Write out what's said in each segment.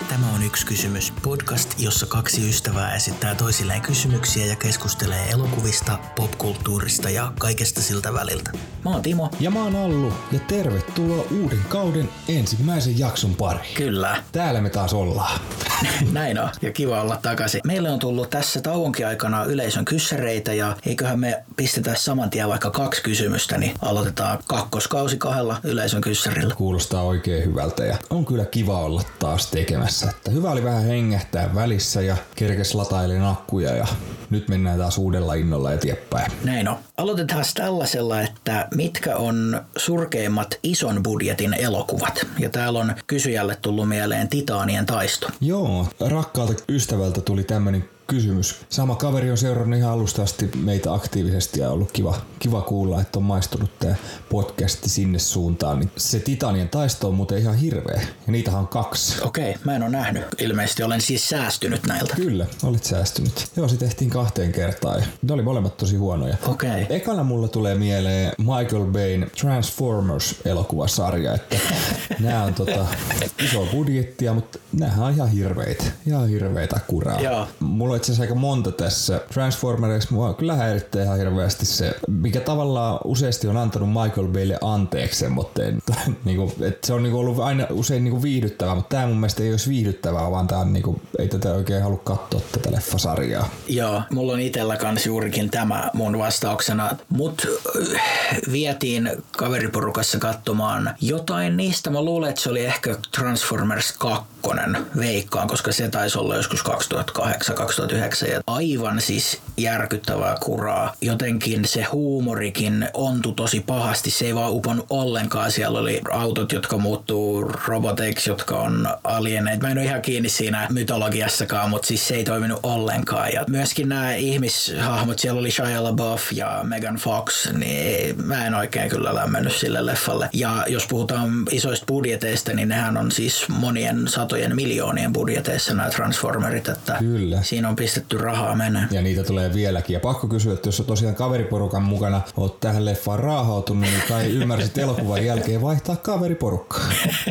Tämä on Yksi kysymys, podcast, jossa kaksi ystävää esittää toisilleen kysymyksiä ja keskustelee elokuvista, popkulttuurista ja kaikesta siltä väliltä. Mä oon Timo. Ja mä oon Allu, ja tervetuloa uuden kauden ensimmäisen jakson pariin. Kyllä. Täällä me taas ollaan. Näin on, ja kiva olla takaisin. Meille on tullut tässä tauonkin aikana yleisön kyssäreitä, ja eiköhän me pistetä saman tien vaikka 2 kysymystä, niin aloitetaan kakkoskausi 2 yleisön kyssärillä. Kuulostaa oikein hyvältä, ja on kyllä kiva olla taas tekemässä. Että hyvä oli vähän hengähtää välissä, ja kerkes latailen akkuja, ja nyt mennään taas uudella innolla eteenpäin. Näin on. Aloitetaan tällaisella, että mitkä on surkeimmat ison budjetin elokuvat? Ja täällä on kysyjälle tullut mieleen Titaanien taisto. Joo, rakkaalta ystävältä tuli tämmönen kysymys. Sama kaveri on seurannut ihan alusta asti meitä aktiivisesti ja ollut kiva kuulla, että on maistunut tää podcasti sinne suuntaan. Niin se Titanien taisto on muuten ihan hirveä. Ja niitähän on 2. Okei, mä en ole nähnyt. Ilmeisesti olen siis säästynyt näiltä. Kyllä, olit säästynyt. Joo, se tehtiin 2 kertaa ja ne oli molemmat tosi huonoja. Okei. Ekana mulla tulee mieleen Michael Bayn Transformers-elokuvasarja, että nää on iso budjettia, mutta näähän on ihan hirveitä kuraa. Joo. Mulla on itse asiassa aika monta tässä. Transformereissa mua kyllä häirittää ihan hirveästi se, mikä tavallaan useasti on antanut Michael Baylle anteeksi semmoitteen. Että se on ollut aina usein viihdyttävää, mutta tää mun mielestä ei olisi viihdyttävää, vaan tää on ei tätä oikein halua katsoa tätä leffasarjaa. Joo, mulla on itellä kans juurikin tämä mun vastauksena. Mut vietiin kaveriporukassa katsomaan jotain niistä. Mä luulen, että se oli ehkä Transformers 2 veikkaan, koska se taisi olla joskus 2008-2009 ja aivan siis järkyttävää kuraa. Jotenkin se huumorikin ontui tosi pahasti, se ei vaan uponnut ollenkaan. Siellä oli autot, jotka muuttuu roboteiksi, jotka on alieneet. Mä en ole ihan kiinni siinä mytologiassakaan, mutta siis se ei toiminut ollenkaan. Ja myöskin nämä ihmishahmot, siellä oli Shia LaBeouf ja Megan Fox, niin mä en oikein kyllä lämmennyt sille leffalle. Ja jos puhutaan isoista budjeteista, niin nehän on siis monien satojen miljoonien budjeteissa nämä Transformerit, että kyllä. Siinä on pistetty rahaa mennä. Ja niitä tulee vieläkin. Ja pakko kysyä, että jos tosiaan kaveriporukan mukana oot tähän leffaan raahautunut, niin kai ymmärsit elokuvan jälkeen vaihtaa kaveriporukkaa.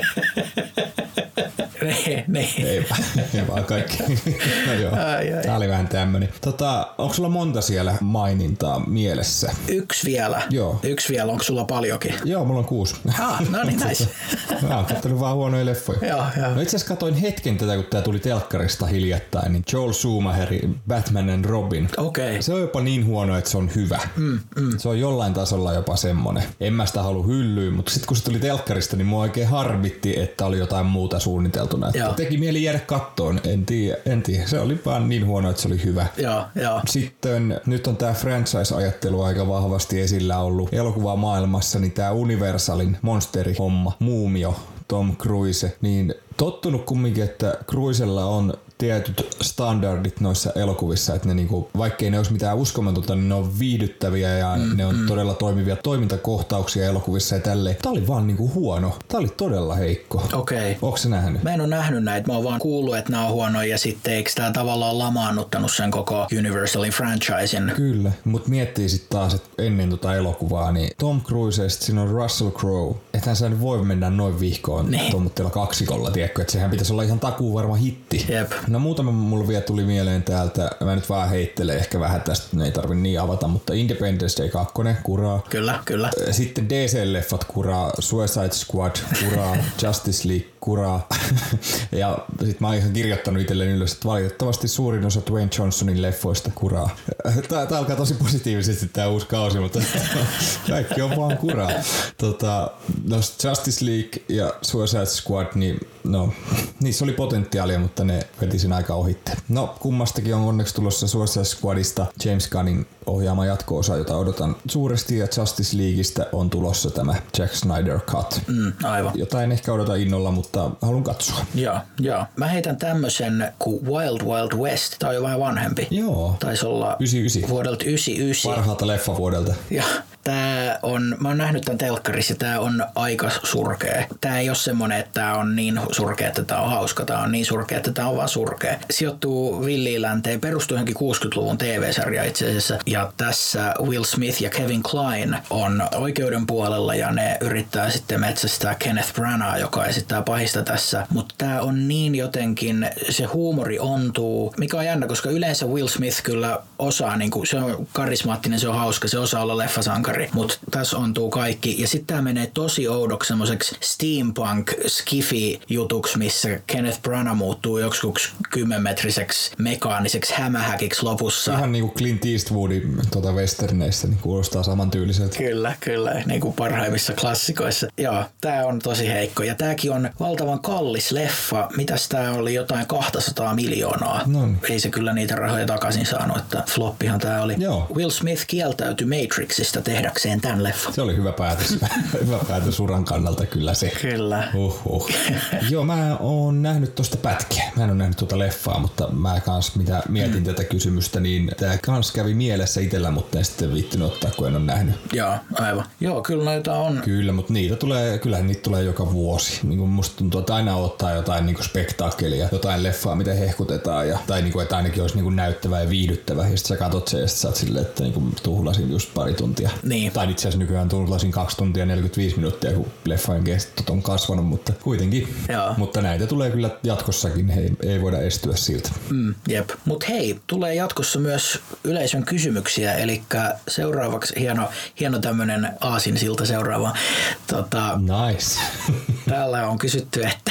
Ei vaan kaikki. No joo, tää oli vähän tämmönen. Onko sulla monta siellä mainintaa mielessä? 1 vielä. Joo. 1 vielä, onko sulla paljonkin? Joo, mulla on 6. No niin, nice. Mä oon kattonut vaan huonoja leffoja. Joo. No itse asiassa katoin hetken tätä, kun tää tuli telkkarista hiljattain, niin Joel Schumacherin Batman and Robin. Okei. Se on jopa niin huono, että se on hyvä. Se on jollain tasolla jopa semmonen. En mä sitä halua hyllyä, mutta sit kun se tuli telkkarista, niin mua oikein harmitti, että oli jotain muuta suunniteltuna. Teki mieli jäädä kattoon, en tiedä. Se oli vaan niin huono, että se oli hyvä. Joo. Sitten nyt on tää franchise-ajattelu aika vahvasti esillä ollut elokuvamaailmassa, niin tää Universalin monsterihomma, Muumio, Tom Cruise, niin tottunut kumminkin, että Cruisella on tietyt standardit noissa elokuvissa, että ne vaikkei ne olisi mitään uskomatonta, niin ne on viihdyttäviä ja ne on todella toimivia toimintakohtauksia elokuvissa ja tälleen. Tää oli vaan huono. Tää oli todella heikko. Okei. Onko sä nähnyt? Mä en ole nähnyt näitä, mä oon vaan kuullut, että nämä on huonoja ja sitten eikö tää tavallaan lamaannuttanut sen koko Universalin franchisen? Kyllä, mut miettii sit taas, että ennen elokuvaa, niin Tom Cruisesta siinä on Russell Crowe. Ethän sä nyt voi mennä noin vihkoon tuommoitteella kaksikolla, tiedätkö, että sehän pitäisi olla ihan takuu varma hitti. Jep. No muutama mulla vielä tuli mieleen täältä, mä nyt vaan heittelen ehkä vähän tästä, ne ei tarvi niin avata, mutta Independence Day 2, kuraa. Kyllä. Sitten DC-leffat kuraa, Suicide Squad kuraa, Justice League kuraa. Ja sit mä oon ihan kirjoittanut itselleen ylös, että valitettavasti suurin osa Dwayne Johnsonin leffoista kuraa. Tää alkaa tosi positiivisesti tää uusi kausi, mutta kaikki on vaan kuraa. No Justice League ja Suicide Squad, niin niissä oli potentiaalia, mutta ne veti sen aika ohitte. No kummastakin on onneksi tulossa Suicide Squadista James Gunnin ohjaama jatko-osa, jota odotan suuresti, ja Justice Leagueistä on tulossa tämä Zack Snyder Cut. Aivan. Jota en ehkä odota innolla, mutta haluan katsoa. Joo. Mä heitän tämmösen kuin Wild Wild West. Tää on jo vähän vanhempi. Joo. Taisi olla 99. Vuodelta 99. Parhaalta leffavuodelta. Ja tää mä oon nähnyt tämän telkkarissa, tää on aika surkea. Tää ei ole semmonen, että tää on niin surkea, että tää on hauska. Tää on niin surkea, että tää on vaan surkea. Sijoittuu Villilänteen, perustuu johonkin 60-luvun TV-sarja itse asiassa. Ja tässä Will Smith ja Kevin Kline on oikeuden puolella ja ne yrittää sitten metsästää Kenneth Branaghia, joka esittää pahista tässä. Mutta tää on niin jotenkin, se huumori ontuu, mikä on jännä, koska yleensä Will Smith kyllä osaa, niinku, se on karismaattinen, se on hauska, se osaa olla leffasankari, mutta tässä ontuu kaikki. Ja sitten tää menee tosi oudoksi semmoiseksi steampunk skifi jutuksi, missä Kenneth Branagh muuttuu joksikuksi 10-metriseksi mekaaniseksi hämähäkiksi lopussa. Ihan niinku Clint Eastwoodin westerneissä niin kuulostaa samantyyliseltä. Kyllä, niin kuin parhaimmissa klassikoissa. Joo, tää on tosi heikko. Ja tääkin on valtavan kallis leffa. Mitäs tää oli? Jotain 200 miljoonaa. No. Ei se kyllä niitä rahoja takaisin saanut, että floppihan tää oli. Joo. Will Smith kieltäytyi Matrixista tehdäkseen tämän leffan. Se oli hyvä päätös. Hyvä päätös uran kannalta kyllä se. Kyllä. Joo, mä oon nähnyt tosta pätkiä. Mä en ole nähnyt tuota leffaa, mutta mä kans mitä mietin tätä kysymystä, niin tää kans kävi mielessä itellä, mutta en sitten viittynyt ottaa, kun en ole nähnyt. Joo, aivan. Joo, kyllä noita on. Kyllä, mutta kyllähän niitä tulee joka vuosi. Niin kuin musta tuntuu, että aina ottaa jotain niin kuin spektaakkelia, jotain leffaa, mitä hehkutetaan, tai niin kuin, että ainakin olisi niin kuin näyttävä ja viihdyttävä. Ja sitten sä katot se ja sitten sä oot silleen, että niin kuin tuhlasin just pari tuntia. Niin. Tai itse asiassa nykyään tuhlasin 2 tuntia 45 minuuttia, kun leffojen kestot on kasvanut, mutta kuitenkin. Joo. Mutta näitä tulee kyllä jatkossakin, ei voida estyä siltä. Jep. Mut hei, tulee jatkossa myös yleisön kysymyksiä, eli seuraavaksi hieno tämmönen aasinsilta seuraava. Nice. Täällä on kysytty, että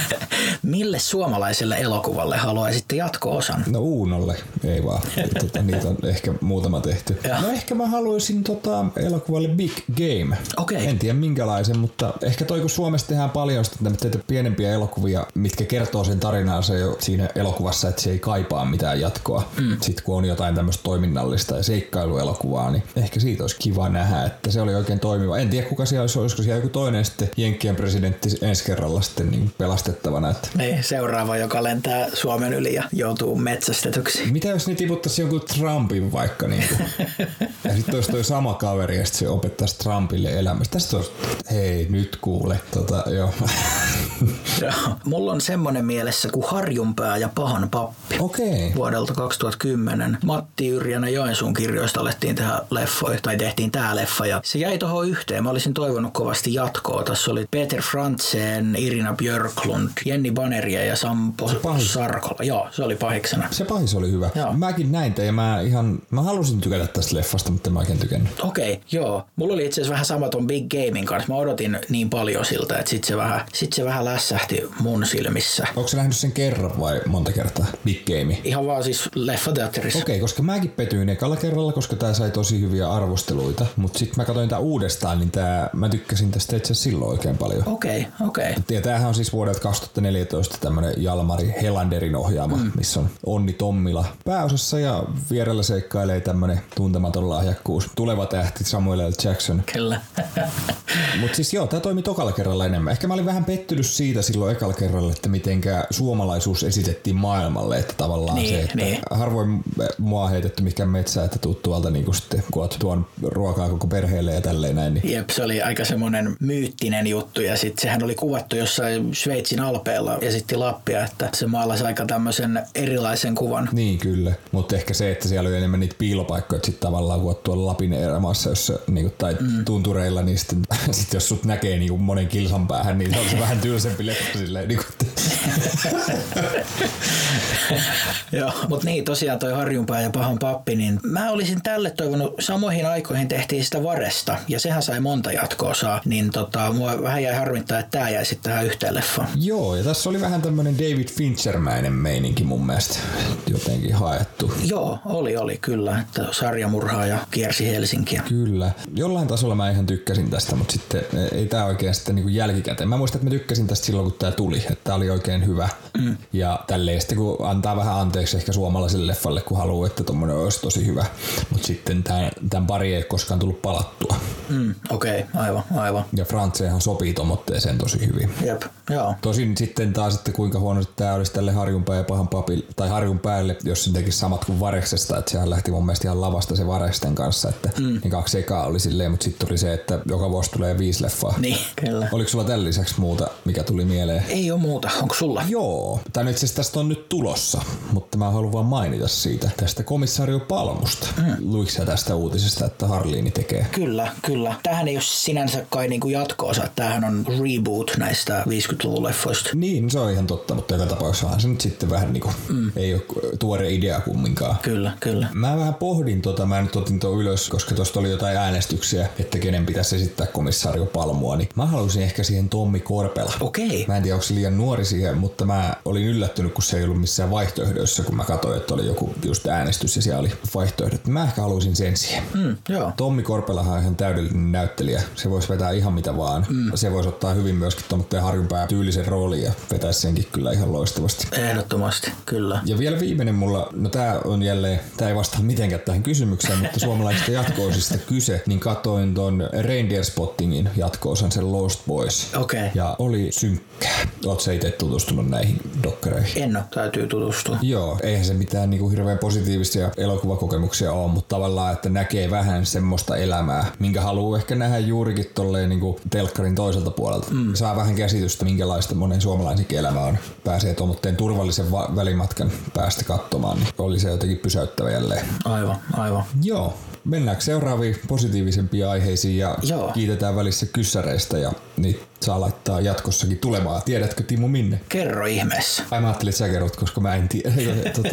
mille suomalaiselle elokuvalle haluaisitte jatko-osan? No Uunolle, ei vaan. Niitä on ehkä muutama tehty. Ja. No ehkä mä haluaisin elokuvalle Big Game. Okei. En tiedä minkälaisen, mutta ehkä kun Suomessa tehdään paljon sitten pienempiä elokuvia, mitkä kertoo sen tarinansa jo siinä elokuvassa, että se ei kaipaa mitään jatkoa. Sitten kun on jotain tämmöistä toiminnallista ja seikkailuelokuvaa, niin ehkä siitä olisi kiva nähdä, että se oli oikein toimiva. En tiedä kuka siellä olisi, olisiko siellä joku toinen sitten Jenkkien presidentti ensi kerralla sitten niin pelastettavana. Että. Niin, seuraava, joka lentää Suomen yli ja joutuu metsästetyksi. Mitä jos ne tiputtaisi jonkun Trumpin vaikka niin kuin. Ja sitten olisi toi sama kaveri ja sitten se opettaisi Trumpille elämästä. Tästä olisi, hei nyt kuule. Joo. Mulla on semmonen mielessä kuin Harjunpää ja pahan pappi. Okei. Vuodelta 2010. Matti Yrjänä Joensuun kirjoista alettiin tehdä leffoja, tai tehtiin tää leffa, ja se jäi tohon yhteen. Mä olisin toivonut kovasti jatkoa. Tässä oli Peter Frantzen, Irina Björklund, Jenni Baneria ja Sampo Sarkola. Joo, se oli pahiksena. Se pahis oli hyvä. Joo. Mäkin näin ja mä halusin tykätä tästä leffasta, mutta mä oikein tykännyt. Okei, joo. Mulla oli itse asiassa vähän sama ton Big Gamein kanssa. Mä odotin niin paljon siltä, että sit se vähän lässähti mun silmissä. Onko sä nähnyt sen kerran vai monta kertaa? Big Game? Ihan vaan siis leffateatterissa. Okei, koska mäkin petyin ekalla kerralla, koska tää sai tosi hyviä arvosteluita. Mut sit mä katsoin tää uudestaan, niin mä tykkäsin tästä itse asiassa silloin oikein paljon. Okei. Ja tämähän on siis vuodelta 2014 tämmönen Jalmari Helanderin ohjaama, missä on Onni Tommila pääosassa ja vierellä seikkailee tämmönen tuntematon lahjakkuus. Tuleva tähti Samuel L. Jackson. Kyllä. Mut siis joo, tää toimi tokalla kerralla enemmän. Ehkä mä olin vähän pettynyt siitä silloin ekalla kerralla, että mitenkä suomalaisuus esitettiin maailmalle, että tavallaan se, että harvoin mua on heitetty mikään metsää, että tuut tuolta niinku sitten, kun oot tuon ruokaa koko perheelle ja tälleen näin. Niin. Jep, se oli aika semmonen myyttinen juttu ja sitten sehän oli kuvattu jossain Sveitsin alpeilla ja sitten Lappia, että se maalasi aika tämmöisen erilaisen kuvan. Niin kyllä, mutta ehkä se, että siellä oli enemmän niitä piilopaikkoja, että sitten tavallaan kun oot tuolla Lapin erämaassa jossa, niinku, tai tuntureilla, niin sitten jos sut näkee niinku monen kilsan päähän, niin se on se vähän tylsempi leffa silleen. Niinku. Joo, mutta niin tosiaan toi Harjunpää ja pahan pappi, niin mä olisin tälle toivonut, samoihin aikoihin tehtiin sitä Varesta ja sehän sai monta jatko-osaa, niin mua vähän jäi harmittaa, että tää jäi sitten tähän yhteen leffaan. Joo, ja tässä oli vähän tämmönen David Fincher-mäinen meininki mun mielestä jotenkin haettu. Joo, oli kyllä, että sarjamurhaaja kiersi Helsinkiä. Kyllä. Jollain tasolla mä ihan tykkäsin tästä, mutta sitten ei tää oikein sitten niinku jälkikäteen. Mä muistan, että mä tykkäsin tästä silloin, kun tää tuli, että tää oli oikein hyvä. Ja tälleen sitten, kun antaa vähän anteeksi ehkä suomalaiselle leffalle, kun haluaa, että tommonen olisi tosi hyvä. Mutta sitten tämän pari ei koskaan tullut palattua. Okei, aivan. Ja Frantsehan sopii tomotteeseen tosi hyvin. Jep, joo. Tosin sitten taas, että kuinka huono tää olisi tälle Harjunpää ja pahan papille, tai Harjun päälle, jos se tekisi samat kuin Vareksesta, että sehän lähti mun mielestä ihan lavasta se Vareksten kanssa, että ne 2 ekaa oli silleen, mutta sitten tuli se, että joka vuosi tulee 5 leffaa. Niin, kyllä. Oliko sulla tämän lisäksi muuta, mikä tuli mieleen? Ei oo muuta, onko sulla? Joo, tai itse asiassa tästä on nyt tulossa, mutta mä haluan vaan mainita siitä, tästä Komissaario Palmusta. Luitko sä tästä uutisesta, että Harliini tekee? Kyllä. Tämähän ei ole sinänsä kai niinku jatko-osa, tämähän on reboot näistä 50-luvun leffoista. Niin, se on ihan totta, mutta joka tapauksessahan se nyt sitten vähän niinku, ei ole tuore idea kumminkaan. Kyllä. Mä vähän pohdin mä nyt otin tuon ylös, koska tuosta oli jotain äänestyksiä, että kenen pitäisi esittää Komissaario Palmua, niin mä halusin ehkä siihen Tommi Korpela. Okei. Mä en tiedä, onko se liian nuori siihen, mutta mä olin yllättynyt, kun se ei ollut missään vaihtoehdoissa, kun mä katsoin, että oli joku just äänestys ja siellä oli vaihtoehdot. Mä ehkä haluaisin sen siihen. Joo. Tommi Korpelahan on ihan täydellinen näyttelijä. Se voisi vetää ihan mitä vaan. Se voisi ottaa hyvin myöskin tuommoitteen Harjunpää tyylisen roolin ja vetää senkin kyllä ihan loistavasti. Ehdottomasti, kyllä. Ja vielä viimeinen mulla, no tää on jälleen, tää ei vastaa mitenkään tähän kysymykseen, mutta suomalaisista jatko-osista kyse, niin katoin ton Reindeer Spottingin jatko-osan, sen Lost Boys. Okei. Ja oli synkkää. Oot sä itse tutustunut näihin dokkareihin? En oo, täytyy tutustua. Joo, eihän se mitään niinku hirveän positiivisia elokuvakokemuksia ole, mutta tavallaan, että näkee vähän semmoista elämää, minkä haluaa ehkä nähdä juurikin tolleen niinku telkkarin toiselta puolelta. Saa vähän käsitystä, minkälaista monen suomalaisenkin elämä on. Pääsee tuommoitteen turvallisen välimatkan päästä katsomaan, niin oli se jotenkin pysäyttävä jälleen. Aivan. Joo. Mennäänkö seuraaviin positiivisempiin aiheisiin ja kiitetään välissä kyssäreistä ja niitä saa laittaa jatkossakin tulemaan. Tiedätkö Timo minne? Kerro ihmeessä. Ai mä ajattelin, että sä kerrot, koska mä en tiedä.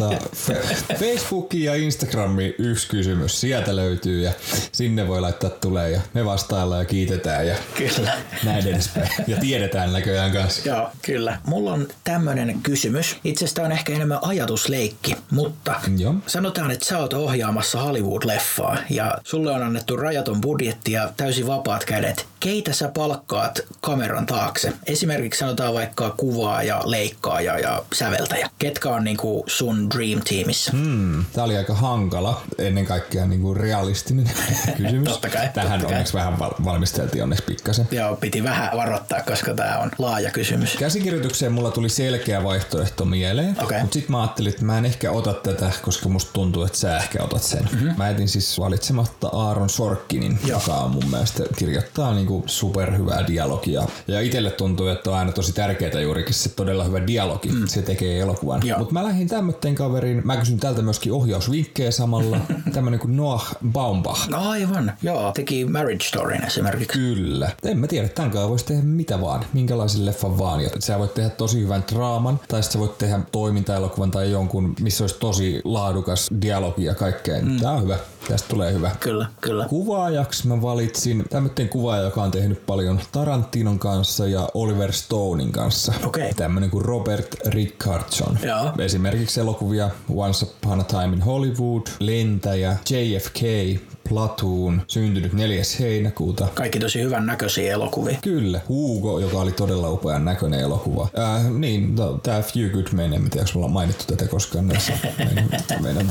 Facebookiin ja Instagramiin yksi kysymys. Sieltä löytyy ja sinne voi laittaa tulee ja me vastaillaan ja kiitetään ja kyllä. Näin edespäin. Ja tiedetään näköjään kanssa. Joo, kyllä. Mulla on tämmönen kysymys. Itse asiassa on ehkä enemmän ajatusleikki, mutta sanotaan, että sä oot ohjaamassa Hollywood-leffaa ja sulle on annettu rajaton budjetti ja täysin vapaat kädet. Keitä sä palkkaat kameran taakse? Esimerkiksi sanotaan vaikka kuvaaja, leikkaaja ja säveltäjä. Ketkä on niinku sun dream teamissä? Tää oli aika hankala, ennen kaikkea niinku realistinen kysymys. Totta kai. Tähän onneksi vähän valmisteltiin onneksi pikkasen. Joo, piti vähän varoittaa, koska tää on laaja kysymys. Käsikirjoitukseen mulla tuli selkeä vaihtoehto mieleen, mutta sit mä ajattelin, että mä en ehkä ota tätä, koska musta tuntuu, että sä ehkä otat sen. Mä etin siis valitsematta Aaron Sorkinin, joka on mun mielestä kirjoittaa niinku superhyvää dialogia. Ja itselle tuntuu, että on aina tosi tärkeää juurikin se todella hyvä dialogi. Se tekee elokuvan. Mutta mä lähdin tämmöten kaveriin. Mä kysyn tältä myöskin ohjausvinkkejä samalla. Tämmönen kuin Noah Baumbach. Aivan, joo. Teki Marriage Storyn esimerkiksi. Kyllä. En mä tiedä, tämän kanssa voisi tehdä mitä vaan. Minkälaisen leffan vaan. Ja sä voit tehdä tosi hyvän draaman. Tai sitten sä voit tehdä toimintaelokuvan tai jonkun, missä olisi tosi laadukas dialogi ja kaikkea. Tää on hyvä. Tästä tulee hyvä. Kyllä. Kuvaajaksi mä valitsin tämmöten kuvaaja, joka on tehnyt paljon Tarantinon kanssa ja Oliver Stonein kanssa. Okay. Tämmönen kuin Robert Richardson. Joo. Esimerkiksi elokuvia Once Upon a Time in Hollywood, Lentäjä, JFK, Platoon, syntynyt 4. heinäkuuta. Kaikki tosi hyvän näköisiä elokuvia. Kyllä. Hugo, joka oli todella upean näköinen elokuva. Tää Few Good Men, en tiedä, onko mulla mainittu tätä koskaan näissä meidän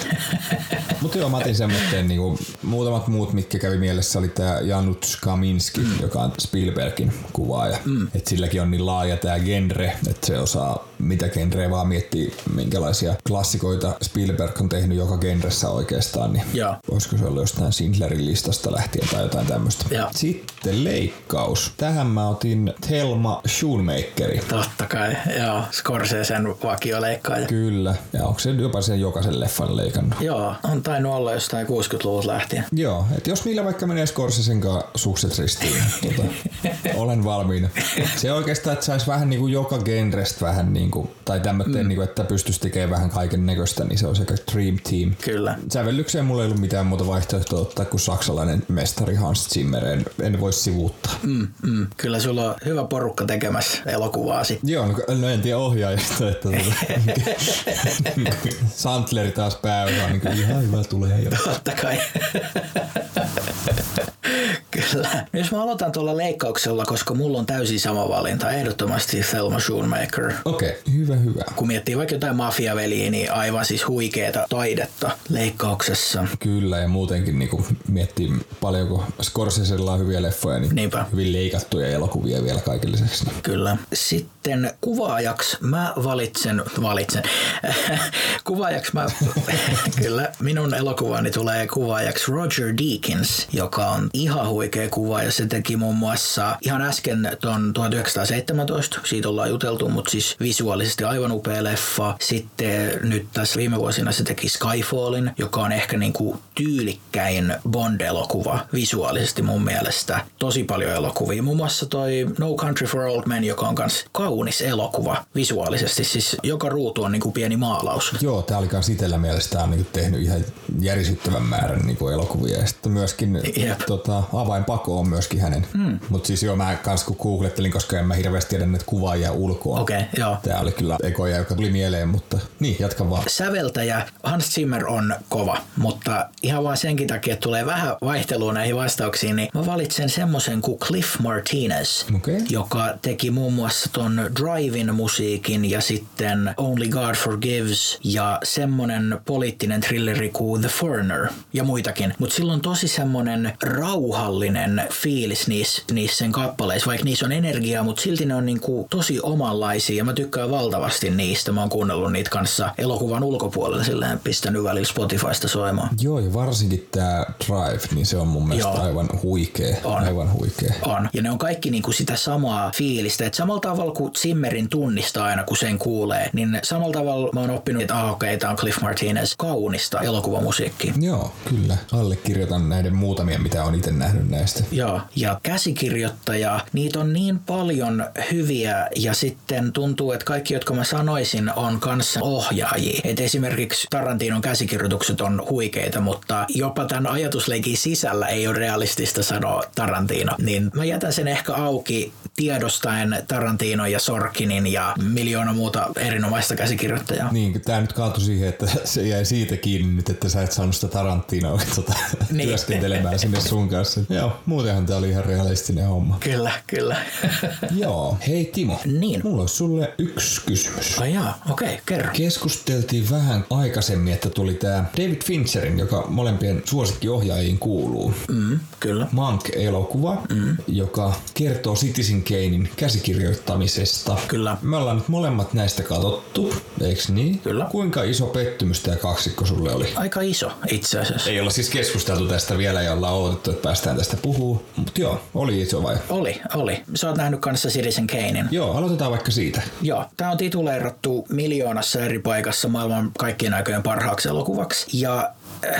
Mutta joo, mä otin semmoitteen niinku, muutamat muut, mitkä kävi mielessä, oli tää Janusz Kaminski, joka on Spielbergin kuvaaja. Et silläkin on niin laaja tää genre, että se osaa mitä genreä vaan miettii, minkälaisia klassikoita Spielberg on tehnyt joka genressä oikeastaan, niin voisiko se olla jostain Schindlerin listasta lähtien tai jotain tämmöistä. Sitten leikkaus. Tähän mä otin Thelma Schoonmakeri. Totta kai, joo. Scorsesen vakioleikkaaja. Kyllä. Ja onko se jopa sen jokaisen leffan leikannut? Joo, on tainnut olla jostain 60-luvulta lähtien. Joo, että jos niillä vaikka menee Scorsesen kanssa sukset ristiin, olen valmiina. Se oikeastaan, että saisi vähän niinku joka genrestä vähän niinku, tai tämmöten niinku, että pystyisi tekemään vähän kaiken näköistä, niin se on sekä Dream Team. Kyllä. Sävellykseen mulla ei ollut mitään muuta vaihtoehtoa ottaa kuin saksalainen mestari Hans Zimmer. En voi sivuuttaa. Kyllä sulla on hyvä porukka tekemässä elokuvaasi. Joo, no en tiedä ohjaajista, että Sandleri taas pääosaa, niin ihan hyvä tulee jo. Totta kai. Kyllä. Kyllä. No jos mä aloitan tuolla leikkauksella, koska mulla on täysin sama valinta, ehdottomasti Thelma Schoonmaker. Okei, hyvä. Kun miettii vaikka jotain mafiaveliä, niin aivan siis huikeeta taidetta leikkauksessa. Kyllä, ja muutenkin niin miettii paljonko Scorsesella on hyviä leffoja, niin Niinpä. hyvin leikattuja elokuvia vielä kaiken lisäksi. Kyllä. Sitten kuvaajaksi mä valitsen. Kuvaajaksi mä, kyllä, minun elokuvani tulee kuvaajaksi Roger Deakins, joka on ihan huikea kuvaaja. Se teki muun muassa ihan äsken ton 1917, siitä ollaan juteltu, mutta siis visuaalisesti aivan upea leffa. Sitten nyt tässä viime vuosina se teki Skyfallin, joka on ehkä niinku tyylikkäin Bond-elokuva visuaalisesti mun mielestä. Tosi paljon elokuvia. Muun muassa toi No Country for Old Men, joka on kans kaunis elokuva visuaalisesti. Siis joka ruutu on niinku pieni maalaus. Joo, tää oli kans itellä mielestään niinku tehnyt ihan järisyttävän määrän niinku elokuvia. Ja sitten myöskin Avainpako on myöskin hänen. Mutta siis joo, mä kans kun googlettelin, koska en mä hirveästi tiedä näitä kuvaajia ulkoa. Okei, joo. Tää oli kyllä ekoja, joka tuli mieleen, mutta niin, jatka vaan. Säveltäjä Hans Zimmer on kova, mutta ihan vaan senkin takia, että tulee vähän vaihtelua näihin vastauksiin, niin mä valitsen semmosen kuin Cliff Martinez, joka teki muun muassa ton Drive-in musiikin ja sitten Only God Forgives ja semmonen poliittinen thrilleri kuin The Foreigner ja muitakin. Mutta sillä on tosi semmonen rauhallinen fiilis niissä sen kappaleissa, vaikka niissä on energiaa, mutta silti ne on niinku tosi omanlaisia ja mä tykkään valtavasti niistä. Mä oon kuunnellut niitä kanssa elokuvan ulkopuolella, silleen pistänyt välillä Spotifysta soimaan. Joo, ja varsinkin tää Drive, niin se on mun mielestä aivan huikea. Aivan huikea. On. Ja ne on kaikki niinku sitä samaa fiilistä. Että samalla tavalla kuin Zimmerin tunnistaa aina, kun sen kuulee, niin samalla tavalla mä oon oppinut, että tää on Cliff Martinez, kaunista elokuvamusiikkia. Joo, kyllä. Allekirjoitan näiden muutamia, mitä on itse nähnyt näistä. Joo, ja käsikirjoittaja, niitä on niin paljon hyviä ja sitten tuntuu, että kaikki, jotka mä sanoisin, on kanssa ohjaajia. Et esimerkiksi Tarantinon käsikirjoitukset on huikeita, mutta jopa tämän ajatusleikin sisällä ei ole realistista sanoa Tarantino. Niin mä jätän sen ehkä auki tiedostaen Tarantino ja Sorkinin ja miljoona muuta erinomaista käsikirjoittajaa. Niin, tää nyt kaatui siihen, että se jäi siitä kiinni nyt, että sä et saanut sitä Tarantinoa niin, työskentelemään sinne sun kanssa. Joo, muutenhan tää oli ihan realistinen homma. Kyllä. Joo, hei Timo. Niin. Mulla olisi sulle yksi kysymys. Ai jaa, okei, kerro. Keskusteltiin vähän aikaisemmin, että tuli tää David Fincherin, joka molempien suosikkiohjaajiin kuuluu. Kyllä. Mank-elokuva, joka kertoo Citizen Kanein käsikirjoittamisesta. Kyllä. Me ollaan nyt molemmat näistä katsottu, eiks niin? Kyllä. Kuinka iso pettymys tää kaksikko sulle oli? Aika iso itse asiassa. Ei olla siis keskusteltu tästä vielä ja ollaan odotettu, että päästään tästä puhuu. Mutta joo, oli iso vai? Oli. Sä oot nähnyt kanssa Citizen Kanein. Joo, aloitetaan vaikka siitä. Joo, tää on tituleerattu miljoonassa eri paikassa maailman kaikkien aikojen parhaaksi elokuvaksi. Ja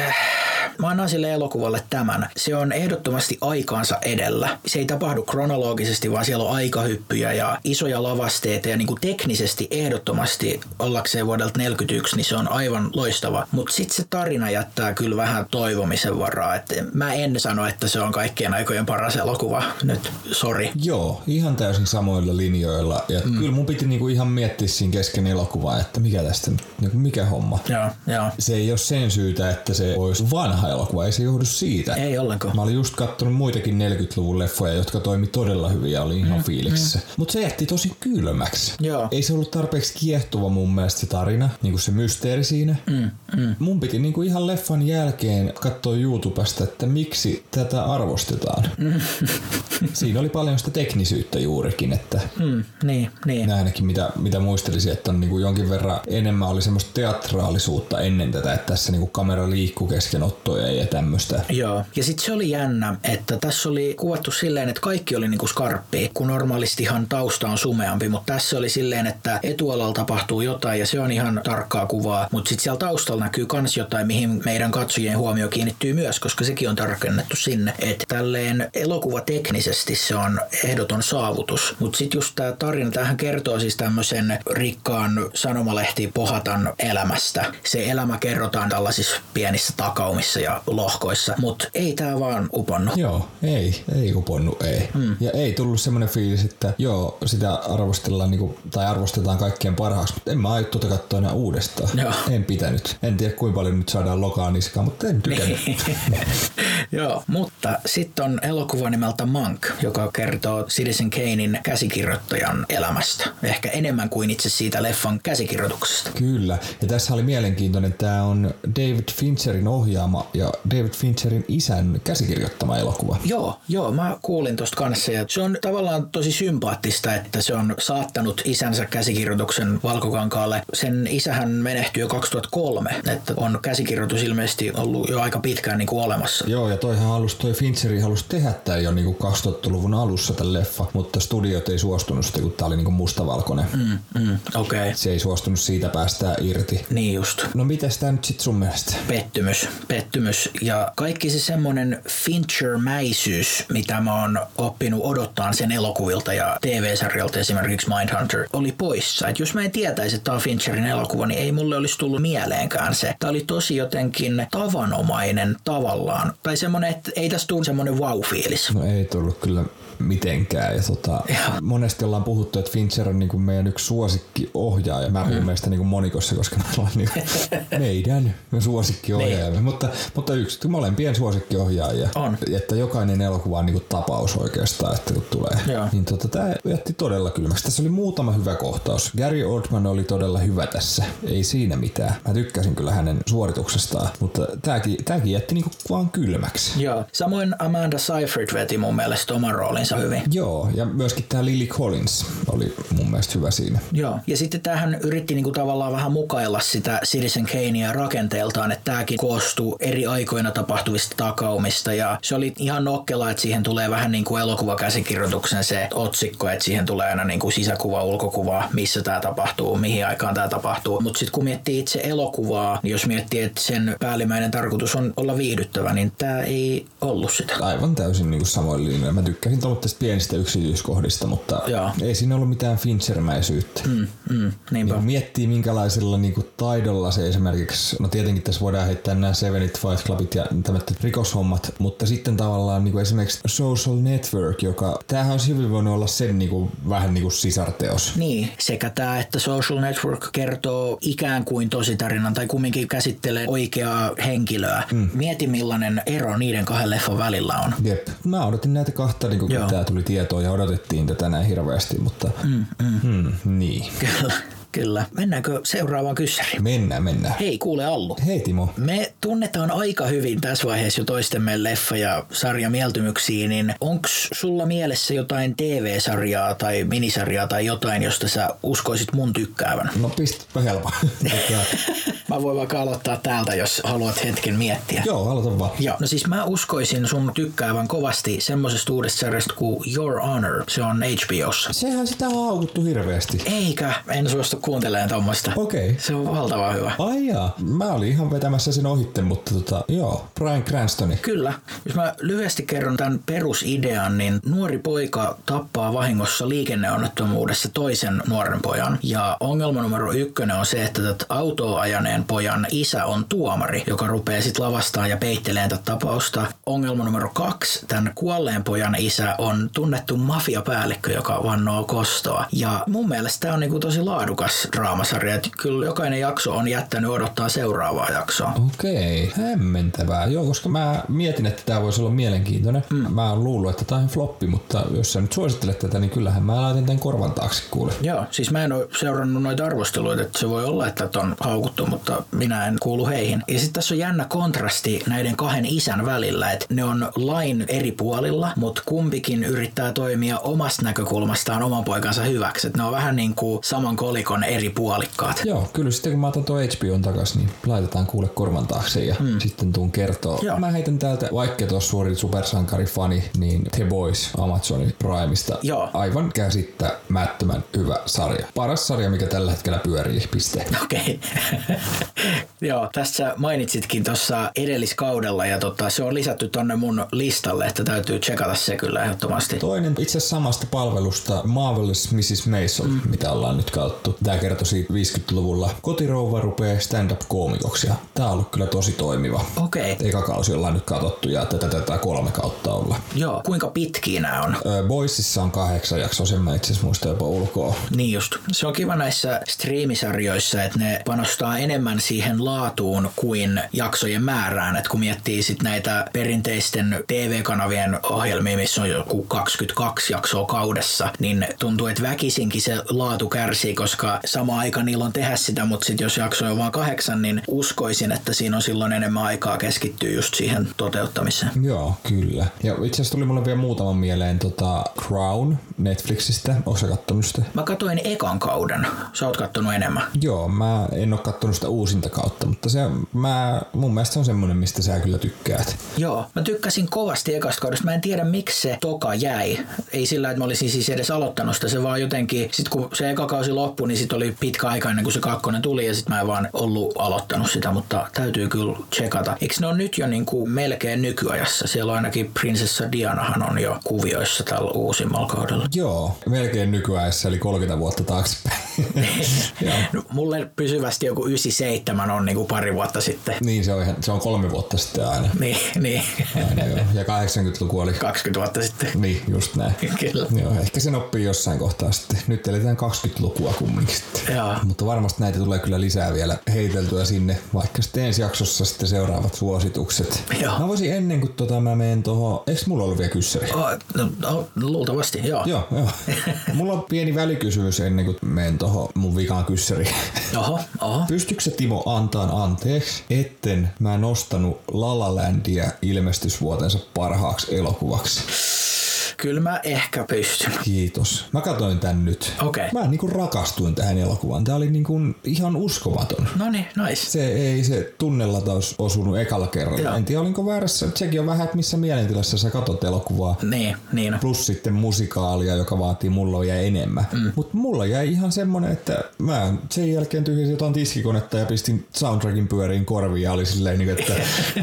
mä annan sille elokuvalle tämän. Se on ehdottomasti aikaansa edellä. Se ei tapahdu kronologisesti, vaan siellä on aikahyppyjä ja isoja lavasteita ja niinku teknisesti ehdottomasti ollakseen vuodelta 1941, niin se on aivan loistava. Mutta sitten se tarina jättää kyllä vähän toivomisen varaa. Et mä en sano, että se on kaikkien aikojen paras elokuva. Nyt, sori. Joo, ihan täysin samoilla linjoilla. Ja kyllä mun piti niinku ihan miettiä siinä kesken elokuvaa, että mikä tästä nyt, mikä homma. Joo. Se ei ole sen syytä, että se olisi vanha elokuva, ei se johdu siitä. Ei ollenkaan. Mä olin just kattonut muitakin 40-luvun leffoja, jotka toimi todella hyvin ja oli ihan fiiliksissä. Mutta se jätti tosi kylmäksi. Joo. Ei se ollut tarpeeksi kiehtova mun mielestä se tarina, niinku se mysteeri siinä. Mun piti niinku ihan leffan jälkeen katsoa YouTubesta, että miksi tätä arvostetaan. Siinä oli paljon sitä teknisyyttä juurikin, että niin. Ainakin mitä muistelisin, että on niinku jonkin verran enemmän oli semmoista teatraalisuutta ennen tätä, että tässä niinku kamera liikkuu kesken ottoja ja tämmöistä. Joo, ja sitten se oli jännä, että tässä oli kuvattu silleen, että kaikki oli niinku skarppia, kun normaalistihan tausta on sumeampi, mutta tässä oli silleen, että etualalla tapahtuu jotain ja se on ihan tarkkaa kuvaa, mutta sitten siellä taustalla näkyy kans jotain, mihin meidän katsojien huomio kiinnittyy myös, koska sekin on tarkennettu sinne, että tälleen elokuva teknisesti se on ehdoton saavutus, mutta sitten just tämä tarina, tämähän kertoo siis tämmöisen rikkaan sanomalehti Pohatan elämästä. Se elämä kerrotaan tällaisissa pienissä takaumisissa ja lohkoissa, mutta ei tää vaan uponnut. Joo, ei uponnut, ei. Ja ei tullut semmoinen fiilis, että joo, sitä arvostellaan niinku, tai arvostetaan kaikkien parhaaksi, mutta en mä aio tuota katsoa enää uudestaan. Joo. En pitänyt. En tiedä kuinka paljon nyt saadaan lokaa niskaan, mutta en tykännyt. Joo, mutta sitten on elokuva nimeltä Monk, joka kertoo Citizen Kanein käsikirjoittajan elämästä. Ehkä enemmän kuin itse siitä leffan käsikirjoituksesta. Kyllä, ja tässä oli mielenkiintoinen. Tämä on David Fincherin ohjaama ja David Fincherin isän käsikirjoittama elokuva. Joo, mä kuulin tosta kanssa. Ja se on tavallaan tosi sympaattista, että se on saattanut isänsä käsikirjoituksen valkokankaalle. Sen isähän menehtyi jo 2003, että on käsikirjoitus ilmeisesti ollut jo aika pitkään niin kuin olemassa. Joo, ja toi Fincheri halusi tehdä tämän jo niin kuin 2000-luvun alussa tämän leffa, mutta studiot ei suostunut sitä, kun tää oli niin kuin mustavalkoinen. Okei. Se ei suostunut siitä päästää irti. Niin just. No mitäs tää nyt sit sun mielestä? Pettymys. Ja kaikki se semmonen Fincher-mäisyys, mitä mä oon oppinut odottaan sen elokuvilta ja TV-sarjalta, esimerkiksi Mindhunter, oli poissa. Et jos mä en tietäisi, että tää on Fincherin elokuva, niin ei mulle olisi tullut mieleenkään se. Tää oli tosi jotenkin tavanomainen tavallaan. Tai semmonen, että ei tästä tule semmonen wow-fiilis. No ei tullut kyllä mitenkään. Ja monesti ollaan puhuttu, että Fincher on niinku meidän yksi suosikkiohjaaja. Mä puhun meistä niinku monikossa, koska me ollaan niinku meidän suosikkiohjaaja. Mutta yksi molempien suosikkiohjaajia. On. Että jokainen elokuva on niinku tapaus oikeastaan, että kun tulee. Niin tää jätti todella kylmäksi. Tässä oli muutama hyvä kohtaus. Gary Oldman oli todella hyvä tässä. Ei siinä mitään. Mä tykkäsin kyllä hänen suorituksestaan, mutta tääkin jätti niinku vaan kylmäksi. Joo. Samoin Amanda Seyfried veti mun mielestä oman roolinsa hyvin. Joo, ja myöskin tää Lily Collins oli mun mielestä hyvä siinä. Joo, ja sitten tämähän yritti niinku tavallaan vähän mukailla sitä Citizen Kanea rakenteeltaan, että tääkin koostuu eri aikoina tapahtuvista takaumista, ja se oli ihan nokkela, että siihen tulee vähän niin kuin elokuvakäsikirjoituksen se otsikko, että siihen tulee aina niin kuin sisäkuva, ulkokuva, missä tää tapahtuu, mihin aikaan tää tapahtuu. Mutta sitten kun miettii itse elokuvaa, niin jos miettii, että sen päällimmäinen tarkoitus on olla viihdyttävä, niin tää ei ollut sitä. Aivan täysin niin kuin samoin linjoilla. Mä tykkäsin tästä pienistä yksityiskohdista, mutta ei siinä ollut mitään Finchermäisyyttä. Niinpä. Niin miettii minkälaisella niin kuin taidolla se esimerkiksi, no tietenkin tässä voidaan heittää nämä Seven It Fight Clubit ja tämmöiset rikoshommat, mutta sitten tavallaan niin kuin esimerkiksi Social Network, joka, tämähän olisi hyvin voinut olla sen niin kuin, vähän niin kuin sisarteos. Niin, sekä tämä, että Social Network kertoo ikään kuin tositarinan tai kumminkin käsittelee oikeaa henkilöä. Mieti millainen ero niiden kahden leffan välillä on. Jep. Mä odotin näitä kahta, niin kun tää tuli tietoa ja odotettiin tätä näin hirveästi, mutta niin. Kyllä. Mennäänkö seuraavaan kyssäriin? Mennään. Hei, kuule Allu. Hei Timo. Me tunnetaan aika hyvin tässä vaiheessa jo toistemme leffa- ja sarjamieltymyksiä, niin onks sulla mielessä jotain TV-sarjaa tai minisarjaa tai jotain, josta sä uskoisit mun tykkäävän? No pistäpä helpaa. Mä voin vaikka aloittaa täältä, jos haluat hetken miettiä. Joo, aloita vaan. Joo, no siis mä uskoisin sun tykkäävän kovasti semmosesta uudesta sarjasta kuin Your Honor. Se on HBOssa. Sehän sitä on haukuttu hirveästi. Eikä, en suostu kuuntelemaan tommoista. Okei. Se on valtavan hyvä. Ai jaa, mä olin ihan vetämässä sen ohitte, mutta Bryan Cranstoni. Kyllä. Jos mä lyhyesti kerron tämän perusidean, niin nuori poika tappaa vahingossa liikenneonnettomuudessa toisen nuoren pojan. Ja ongelma numero 1 on se, että tätä autoa ajaneen pojan isä on tuomari, joka rupeaa sit lavastaan ja peitteleen tätä tapausta. Ongelma numero 2, tämän kuolleen pojan isä on tunnettu mafiapäällikkö, joka vannoo kostoa. Ja mun mielestä tää on niinku tosi laadukas draamasarja. Et kyllä jokainen jakso on jättänyt odottaa seuraavaa jaksoa. Okei, hämmentävää. Joo, koska mä mietin, että tää voisi olla mielenkiintoinen. Mä oon luullut, että tää on floppi, mutta jos sä nyt suosittelet tätä, niin kyllähän mä laitan tän korvan taakse kuule. Joo, siis mä en ole seurannut noita arvosteluita, että se voi olla, että on haukuttu, mutta minä en kuulu heihin. Ja sitten tässä on jännä kontrasti näiden kahden isän välillä, että ne on lain eri puolilla, mutta kumpikin yrittää toimia omasta näkökulmastaan oman poikansa hyväksi. Et ne on vähän niin kuin saman kolikon eri puolikkaat. Joo, kyllä sitten kun mä otan tuo HBOn takas, niin laitetaan kuule korvan taakse ja sitten tuun kertoo. Joo. Mä heitän täältä, vaikka tuossa suuri supersankarifani, niin The Boys Amazonin Primesta. Joo. Aivan käsittämättömän hyvä sarja. Paras sarja, mikä tällä hetkellä pyörii, piste. Okei. Joo, tässä mainitsitkin tuossa edelliskaudella ja se on lisätty tonne mun listalle, että täytyy tsekata se kyllä ehdottomasti. Toinen itse asiassa samasta palvelusta Marvelous Mrs. Maisel, mitä ollaan nyt katsottu. Tää kertoi siitä 50-luvulla kotirouva rupeaa stand-up-koomikoksi ja tää on ollut kyllä tosi toimiva. Okei. Eka kausi ollaan nyt katsottu ja tätä 3 kautta olla. Joo, kuinka pitkiä nämä on? Boysissa on 8 jaksoa, sen mä itse asiassa muistan jopa ulkoa. Niin just. Se on kiva näissä striimisarjoissa, että ne panostaa enemmän siihen laatuun kuin jaksojen määrään. Että kun miettii sit näitä perinteisten TV-kanavien ohjelmia, missä on joku 22 jaksoa kaudessa, niin tuntuu, että väkisinkin se laatu kärsii, koska sama aika niillä on tehdä sitä, mutta sit jos jakso on vaan 8, niin uskoisin, että siinä on silloin enemmän aikaa keskittyä just siihen toteuttamiseen. Joo, kyllä. Ja itse asiassa tuli mulle vielä muutaman mieleen Crown Netflixistä. Ootko sä kattonut sitä? Mä katoin ekan kauden. Sä oot kattonut enemmän. Joo, mä en oo kattonut sitä uusinta kautta, mutta mun mielestä se on semmonen, mistä sä kyllä tykkäät. Joo, mä tykkäsin kovasti ekasta kaudesta. Mä en tiedä, miksi se toka jäi. Ei sillä, että mä olisin siis edes aloittanut sitä. Se vaan jotenkin, sit kun se eka kausi loppui, niin sit oli pitkä aika ennen kuin se 2 tuli ja sit mä en vaan ollut aloittanut sitä, mutta täytyy kyllä checkata. Eikö ne on nyt jo niinku melkein nykyajassa? Siellä on ainakin prinsessa Dianahan on jo kuvioissa tällä uusimmalla kaudella. Joo, melkein nykyajassa, eli 30 vuotta taaksepäin. No, mulle pysyvästi joku 97 on niinku pari vuotta sitten. Niin, se on 3 vuotta sitten aina. Niin. Aina joo. Ja 80-luku oli 20 vuotta sitten. Niin, just näin. Kyllä. Joo, ehkä sen oppii jossain kohtaa sitten. Nyt eletään 20-lukua kumminkin sitten. Joo. Mutta varmasti näitä tulee kyllä lisää vielä heiteltyä sinne, vaikka sitten ensi jaksossa sitten seuraavat suositukset. Joo. Mä voisin ennen kuin mä menen tohon, eikö mulla ollut vielä kyssäri? No, luultavasti, joo. Joo. Mulla on pieni välikysymys ennen kuin menen tohon mun vikaan kyssäriin. Oho. Pystytkö sä, Timo, antaa anteeksi, etten mä nostanut La La Landia ilmestysvuotensa parhaaksi elokuvaksi? Kyllä mä ehkä pystyn. Kiitos. Mä katsoin tän nyt. Okei. Mä niinku rakastuin tähän elokuvaan. Tää oli niinku ihan uskomaton. Noniin, nice. Se tunnelataus osunut ekalla kerralla. Joo. En tiedä, olinko väärässä. Sekin on vähän, että missä mielentilassa sä katot elokuvaa. Niin. Plus sitten musikaalia, joka vaatii mulla jäi enemmän. Mutta mulla jäi ihan semmonen, että mä sen jälkeen tyhjäsin jotain tiskikonetta ja pistin soundtrackin pyöriin korviin ja oli silleen niinku, että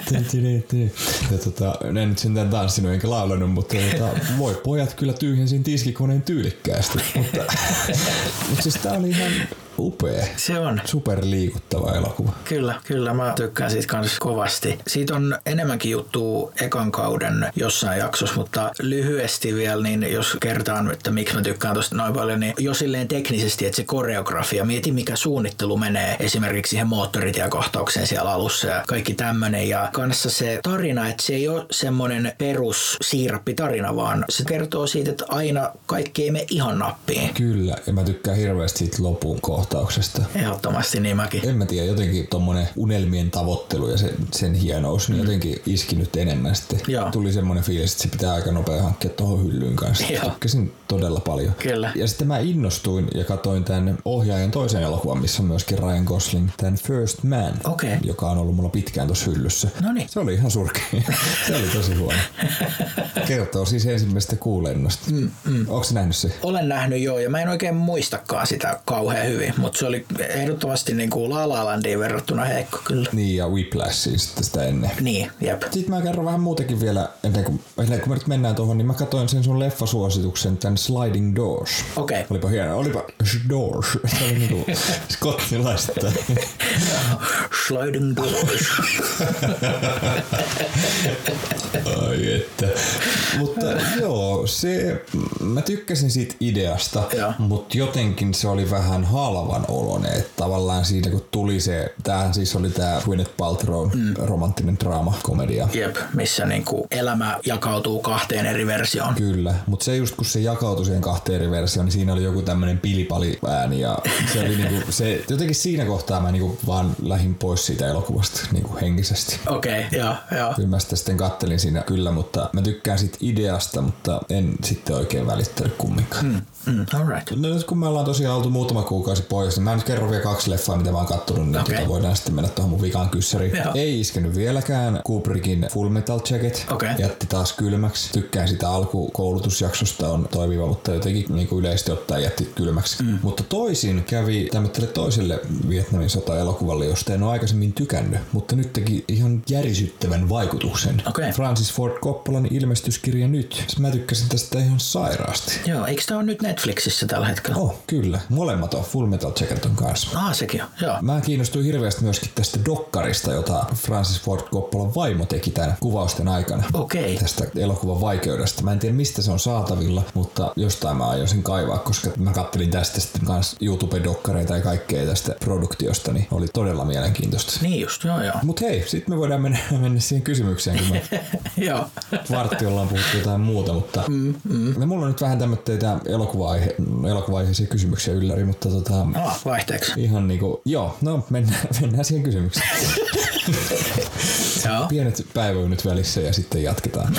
ja en nyt sentään tanssinut enkä laulanut, mutta voi pojat kyllä tyhjensin tiskikoneen tyylikkäästi, mutta siis tää oli ihan upea. Se on. Superliikuttava elokuva. Kyllä, mä tykkään siitä kanssa kovasti. Siitä on enemmänkin juttua ekan kauden jossain jaksossa, mutta lyhyesti vielä, niin jos kertaan, että miksi mä tykkään tosta noin paljon, niin jo silleen teknisesti, että se koreografia, mieti mikä suunnittelu menee esimerkiksi siihen moottoritiekohtaukseen siellä alussa ja kaikki tämmönen. Ja kanssa se tarina, että se ei ole semmonen perus siirappitarina, vaan se kertoo siitä, että aina kaikki ei mene ihan nappiin. Kyllä, ja mä tykkään hirveästi siitä lopun kohtauksesta. Ehdottomasti niin mäkin. En mä tiedä, jotenkin tommonen unelmien tavoittelu ja sen hienous, niin jotenkin iski nyt enemmän sitten. Joo. Tuli semmonen fiilis, että se pitää aika nopea hankkia tohon hyllyyn kanssa. Joo. Tykkäsin todella paljon. Kyllä. Ja sitten mä innostuin ja katsoin tän ohjaajan toisen elokuvan, missä on myöskin Ryan Gosling, tän First Man, joka on ollut mulla pitkään tossa hyllyssä. Noniin. Se oli ihan surkea. Se oli tosi huono. Kertoo siis ensimmäisestä kuulennosta. Onko sä nähnyt se? Olen nähnyt joo, ja mä en oikein muistakaan sitä kauhean hyvin, mutta se oli ehdottomasti niin kuin La La Landiin verrattuna heikko kyllä. Niin, ja Whiplashiin sitten sitä ennen. Niin, jep. Sitten mä kerron vähän muutenkin vielä, ennen kuin me nyt mennään tuohon, niin mä katsoin sen sun leffasuosituksen, tän Sliding Doors. Okei. Olipa hieno, olipa Doors. Se oli niinku skottilaista. Sliding Doors. Ai että. Mutta joo, mä tykkäsin siitä ideasta, mutta jotenkin se oli vähän halvan oloinen. Että tavallaan siinä kun tuli tämähän siis oli tää Gwyneth Paltrown romanttinen draama-komedia. Jep, missä niinku elämä jakautuu 2 eri versioon. Kyllä, mutta se just kun se jakautui siihen 2 eri versioon, niin siinä oli joku tämmönen pilipali ääni ja se oli niinku se, jotenkin siinä kohtaa mä niinku vaan lähdin pois siitä elokuvasta niinku henkisesti. Okei, joo. Kyllä mä sitä sitten kattelin siinä kyllä, mutta mä tykkään siitä ideasta, mutta en sitten oikein välittänyt kumminkaan. Alright. No nyt kun me ollaan tosiaan oltu muutama kuukausi pois, niin mä nyt kerron vielä 2 leffaa, mitä mä oon kattonut, niin voidaan sitten mennä tuohon mun vikaan kyssäriin. Ei iskenyt vieläkään Kubrickin Full Metal Jacket. Jätti taas kylmäksi. Tykkään sitä alkukoulutusjaksosta, on toimiva, mutta jotenkin niin kuin yleisesti ottaen jätti kylmäksi. Mutta toisin kävi tämmöiselle toiselle Vietnamin sota-elokuvalle, josta en ole aikaisemmin tykännyt, mutta nyt teki ihan järisyttävän vaikutuksen. Francis Ford Coppolan ilmestyskirja Nyt. Mä mä tykkäsin tästä ihan sairaasti. Joo, eikö tää ole nyt Netflixissä tällä hetkellä? Kyllä. Molemmat on Full Metal Jacket on kanssa. Sekin on, joo. Mä kiinnostuin hirveästi myöskin tästä dokkarista, jota Francis Ford Coppolan vaimo teki tämän kuvausten aikana. Okei. Tästä elokuvan vaikeudesta. Mä en tiedä mistä se on saatavilla, mutta jostain mä aion sen kaivaa, koska mä kattelin tästä sitten kanssa YouTube-dokkareita ja kaikkea tästä produktiosta, niin oli todella mielenkiintoista. Niin just, joo. Mut hei, sit me voidaan mennä siihen kysymykseen, kun me joo. vartti ollaan puhuttu jotain muuta, mutta mulla on nyt vähän tämmöitä elokuva-aiheisia kysymyksiä ylläri, mutta vaihteeksi. ihan niinku, mennään siihen kysymykseen. Pienet päiväunet välissä ja sitten jatketaan.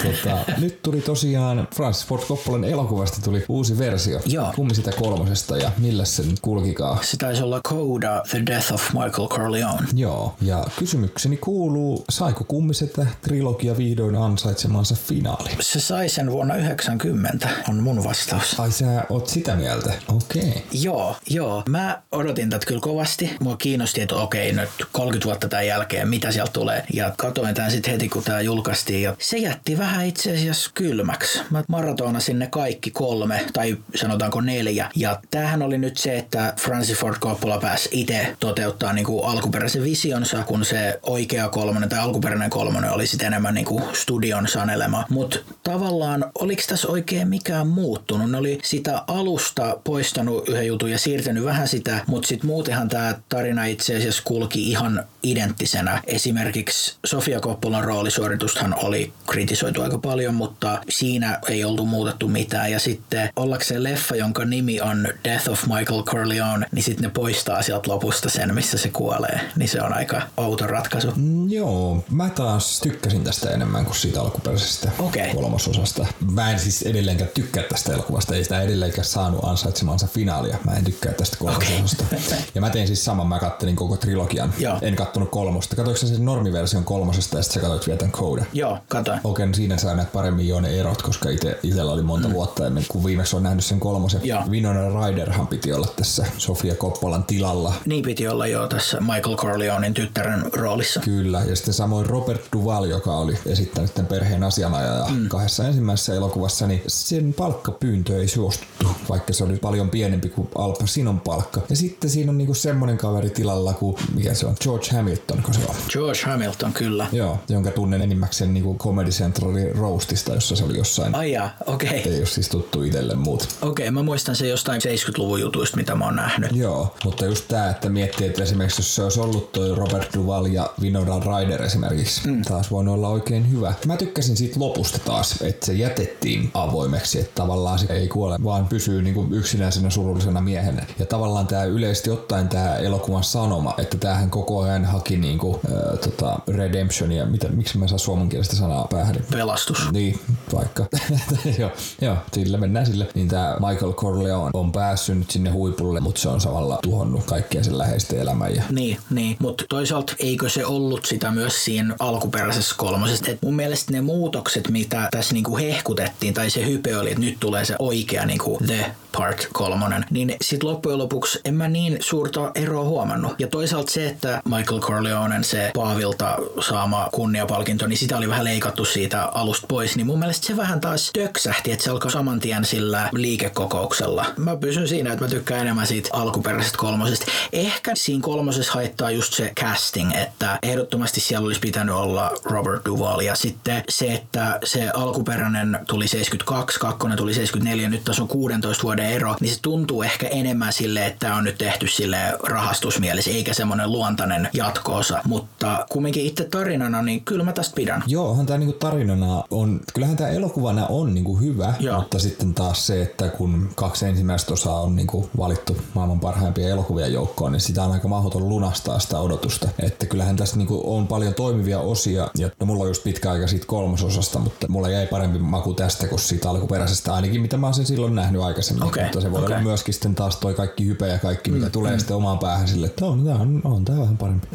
Nyt tuli tosiaan Francis Ford Coppolan elokuvasta tuli uusi versio. Joo. Kummi sitä 3. ja millä se nyt kulkikaa? Se taisi olla Coda, The Death of Michael Corleone. Joo, ja kysymykseni kuuluu, saiko Kummisetä trilogia vihdoin ansaitsemansa finaali? Se sai sen vuonna 1990, on mun vastaus. Ai sä oot sitä mieltä? Okei. Joo. Mä odotin tätä kyllä kovasti. Mua kiinnosti, että nyt 30 vuotta tämän jälkeen, mitä sieltä tulee. Ja katoin tämän sitten heti, kun tämä julkaistiin. Ja se jätti vähän itse asiassa kylmäksi. Mä maratonasin ne kaikki 3, tai sanotaanko 4. Ja tämähän oli nyt se, että Francis Ford Coppola pääsi itse toteuttaa niinku alkuperäisen visionsa, kun se oikea 3 tai alkuperäinen 3 oli sitten enemmän niinku studion sanelema. Mutta tavallaan, oliko tässä oikein mikään muuttunut? Ne oli sitä alusta poistanut yhden jutun ja siirtänyt vähän sitä, mutta sitten muutenhan tämä tarina itse asiassa kulki ihan identtisenä. Esimerkiksi Sofia Coppolan roolisuoritustahan oli kritisoitu aika paljon, mutta siinä ei oltu muutettu mitään. Ja sitten ollakseen leffa, jonka nimi on Death of Michael Corleone, niin sitten ne poistaa sieltä lopusta sen, missä se kuolee. Niin se on aika outo ratkaisu. Joo, mä taas tykkäsin tästä enemmän kuin siitä alkuperäisestä 3. osasta. Mä en siis edelleenkään tykkää tästä elokuvasta, ei sitä edelleenkään saanut ansaitsemansa finaalia. Mä en tykkää tästä 3. osasta. Ja mä tein siis saman, mä kattelin koko trilogian. Joo. En kattonut 3. Katoiko sä sen normiversion 3. ja sitten sä katsoit vielä tämän Coda? Joo, katoin. Okei, siinä saa näet paremmin jo ne erot, koska itellä oli monta vuotta ennen kuin viimeksi on nähnyt sen 3. Winona Ryderhan piti olla tässä Sofia Coppolan tilalla. Niin piti olla jo tässä Michael Corleonen tyttären roolissa. Kyllä, ja sitten samoin Robert Duvall, joka oli esittänyt tämän perheen asianajaja 2 ensimmäisessä elokuvassa, niin sen palkkapyyntö ei suostuttu, vaikka se oli paljon pienempi kuin Al Pacinon palkka. Ja sitten siinä on niinku semmoinen kaveri tilalla kuin, mikä se on, George Hamilton, kun se on. George Hamilton, kyllä. Joo, jonka tunnen enimmäkseen niinku Comedy Centralin roastista, jossa se oli jossain. Ai jaa, okei. Ei ole siis tuttu itselle muut. Okei, mä muistan se jostain 70-luvun jutuista, mitä mä oon nähnyt. Joo, mutta just tää, että miettii, että esimerkiksi jos se olisi ollut toi Robert Duvall ja Winona Ryder esimerkiksi, taas voinut olla oikein hyvä. Mä tykkäsin siitä lopusta taas, että se jätettiin avoimeksi, että tavallaan se ei kuole, vaan pysyy niinku yksinäisenä surullisena miehenä. Ja tavallaan tää yleisesti ottaen tää elokuvan sanoma, että tämähän koko ajan haki niinku redemptionia, miksi mä saa suomenkielistä sanaa päähän? Pelastus. Niin, vaikka. joo, sillä mennään sille. Niin tää Michael Corleone on päässyt nyt sinne huipulle, mutta se on samalla tuhonnut kaikkien sen läheisten elämän. Niin. Mutta toisaalta eikö se ollut sitä myös siinä alkuperäisessä 3. Et mun mielestä ne muutokset, mitä tässä niinku hehkutettiin, tai se hype oli, että nyt tulee se oikea niinku The Part 3, niin sit loppujen lopuksi en mä niin suurta eroa huomannut. Ja toisaalta se, että Michael Corleonen se Paavilta saama kunniapalkinto, niin sitä oli vähän leikattu siitä alusta pois, niin mun mielestä se vähän taas töksähti, että se alkoi saman tien sillä liikekokouksella. Mä pysyn siinä, että mä tykkään enemmän siitä alkuperäisestä 3. Ehkä siinä 3. haittaa just se casting, että ehdottomasti siellä olisi pitänyt olla Robert Duvall, ja sitten se, että se alkuperäinen tuli 72, 2 tuli 74, nyt tässä on 16 vuoden ero, niin se tuntuu ehkä enemmän silleen, että tämä on nyt tehty silleen rahastusmielessä, eikä semmoinen luontainen jatkoosa, mutta kumminkin itse tarinana, niin kyllä mä tästä pidän. Joo, onhan tämä niinku tarinana on, kyllähän tämä elokuvana on niinku hyvä, mutta sitten taas se, että kun 2 ensimmäistä osaa on niinku valittu maailman parhaimpia elokuvia joukkoon, niin sitä on aika mahdoton lunastaa sitä odotusta, että kyllähän tässä niinku on paljon toimivia osia, ja no mulla on just pitkä aika siitä 3. osasta, mutta mulla jäi parempi maku tästä kuin siitä alkuperäisestä, ainakin mitä mä oon sen silloin nähnyt aikaisemmin, mutta se voi olla myöskin sitten taas toi kaikki hype ja kaikki, mitä tulee sitten omaan päähän sille, että on tää vähän parempi. Niin,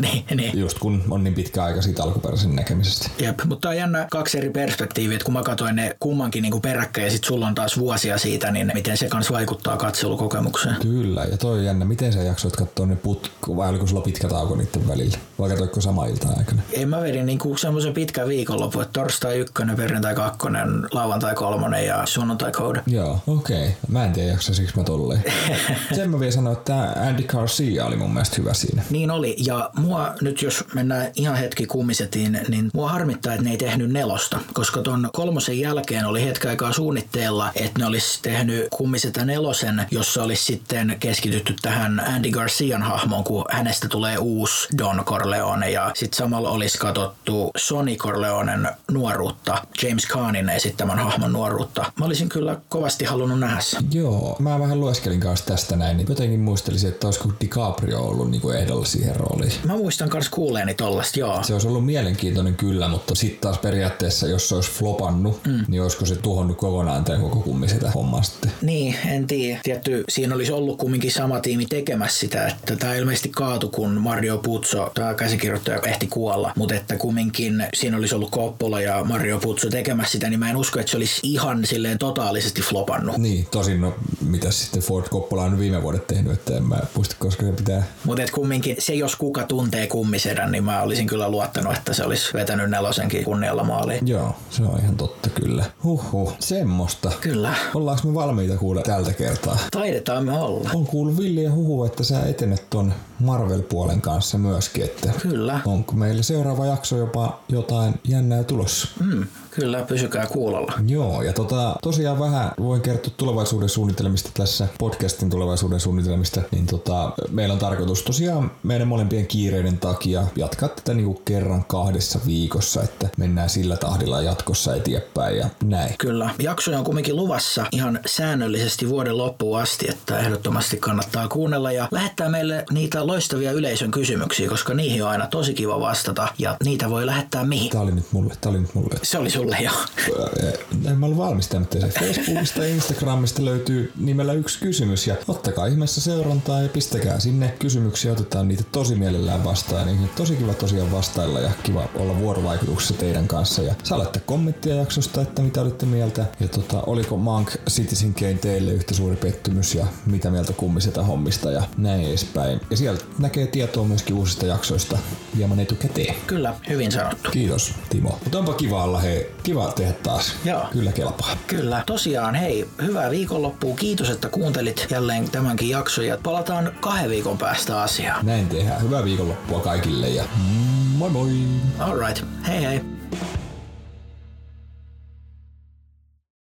Niin. Just kun on niin pitkä aika siitä alkuperäisen näkemisestä. Jep, mutta on jännä 2 eri perspektiiviä, että kun mä katsoin ne kummankin niin kuin peräkkäin ja sit sulla on taas vuosia siitä, niin miten se kans vaikuttaa katselukokemukseen. Kyllä, ja toi on jännä. Miten sä jaksoit katsoa ne vai oliko sulla pitkä tauko niiden välillä? Vai katsoitko sama iltaan aikana? Ei, mä vedin niinku semmoisen pitkän viikonlopun, että torstai 1, perjantai 2, lauantai 3 ja sunnuntai Code. Joo, okei. Mä en tiedä jaksaisinko mä tolleen. Sen mä vielä sanoin, että Andy Garcia oli mun mielestä hyvä siinä. Niin oli, ja mua nyt jos mennään ihan hetki kummisetiin, niin mua harmittaa, että ne ei tehnyt 4, koska ton 3 jälkeen oli hetken aikaa suunnitteilla, että ne olisi tehnyt kummisetä 4, jossa olisi sitten keskitytty tähän Andy Garcian hahmoon, kun hänestä tulee uusi Don Corleone, ja sitten samalla olisi katsottu Sonny Corleonen nuoruutta, James Caanin esittämän hahmon nuoruutta. Mä olisin kyllä kovasti halunnut nähdä sen. Joo, mä vähän lueskelin kanssa tästä näin, niin jotenkin muistelisin, että olisiko DiCaprio ollut niin kuin ehdolla siihen rooliin. Mä muistan kans kuuleeni tollasta, joo. Se olisi ollut mielenkiintoinen kyllä, mutta sitten taas periaatteessa, jos se olisi flopannut, niin olisiko se tuhonnut kokonaan tämän koko kummisetä hommaa sitten? Niin, en tiedä. Tietty, siinä olisi ollut kumminkin sama tiimi tekemässä sitä, että tämä ilmeisesti kaatui, kun Mario Puzo, tämä käsikirjoittaja, ehti kuolla, mutta että kumminkin siinä olisi ollut Coppola ja Mario Puzo tekemässä sitä, niin mä en usko, että se olisi ihan silleen totaalisesti flopannut. Niin, tosin no mitäs sitten Ford Coppola on viime vuodet tehnyt, että en mä muista, koska se pitää. Mutta että kumminkin se, jos kuka tuntee kummisedän, niin mä olisin kyllä luottanut, että se olisi vetänyt 4 kunnialla maaliin. Joo, se on ihan totta kyllä. Semmosta. Kyllä. Ollaanko me valmiita kuulla tältä kertaa? Taidetaan me olla. On kuullut villiä huhua, että sä etenet ton Marvel-puolen kanssa myöskin, että kyllä. Onko meillä seuraava jakso jopa jotain jännää tulossa? Kyllä, pysykää kuulolla. Joo, ja tosiaan vähän voin kertoa tulevaisuuden suunnitelmista tässä, podcastin tulevaisuuden suunnitelmista, niin meillä on tarkoitus tosiaan meidän molempien kiireiden takia jatkaa tätä niinku kerran 2 viikossa, että mennään sillä tahdilla jatkossa eteenpäin ja näin. Kyllä, jaksoja on kumminkin luvassa ihan säännöllisesti vuoden loppuun asti, että ehdottomasti kannattaa kuunnella ja lähettää meille niitä loistavia yleisön kysymyksiä, koska niihin on aina tosi kiva vastata ja niitä voi lähettää mihin. Tää oli nyt mulle. Se oli sulle jo. En mä ollut valmistanut se. Facebookista ja Instagramista löytyy nimellä 1 kysymys ja ottakaa ihmeessä seurantaa ja pistäkää sinne kysymyksiä, otetaan niitä tosi mielellään vastaan. Niin tosi kiva tosiaan vastailla ja kiva olla vuorovaikutuksessa teidän kanssa ja saa laittaa kommenttia jaksosta, että mitä olitte mieltä ja oliko Monk Citizen Kane teille yhtä suuri pettymys ja mitä mieltä kummisetä hommista ja näin edespäin. Ja sieltä näkee tietoa myöskin uusista jaksoista hieman etukäteen. Kyllä, hyvin sanottu. Kiitos Timo. Mutta onpa kiva olla kiva tehdä taas. Joo. Kyllä kelpaa. Kyllä. Tosiaan, hei, hyvää viikonloppua. Kiitos, että kuuntelit jälleen tämänkin jakson ja palataan 2 viikon päästä asiaan. Näin tehdään. Hyvää viikonloppua kaikille ja moi moi! Alright. Hei hei.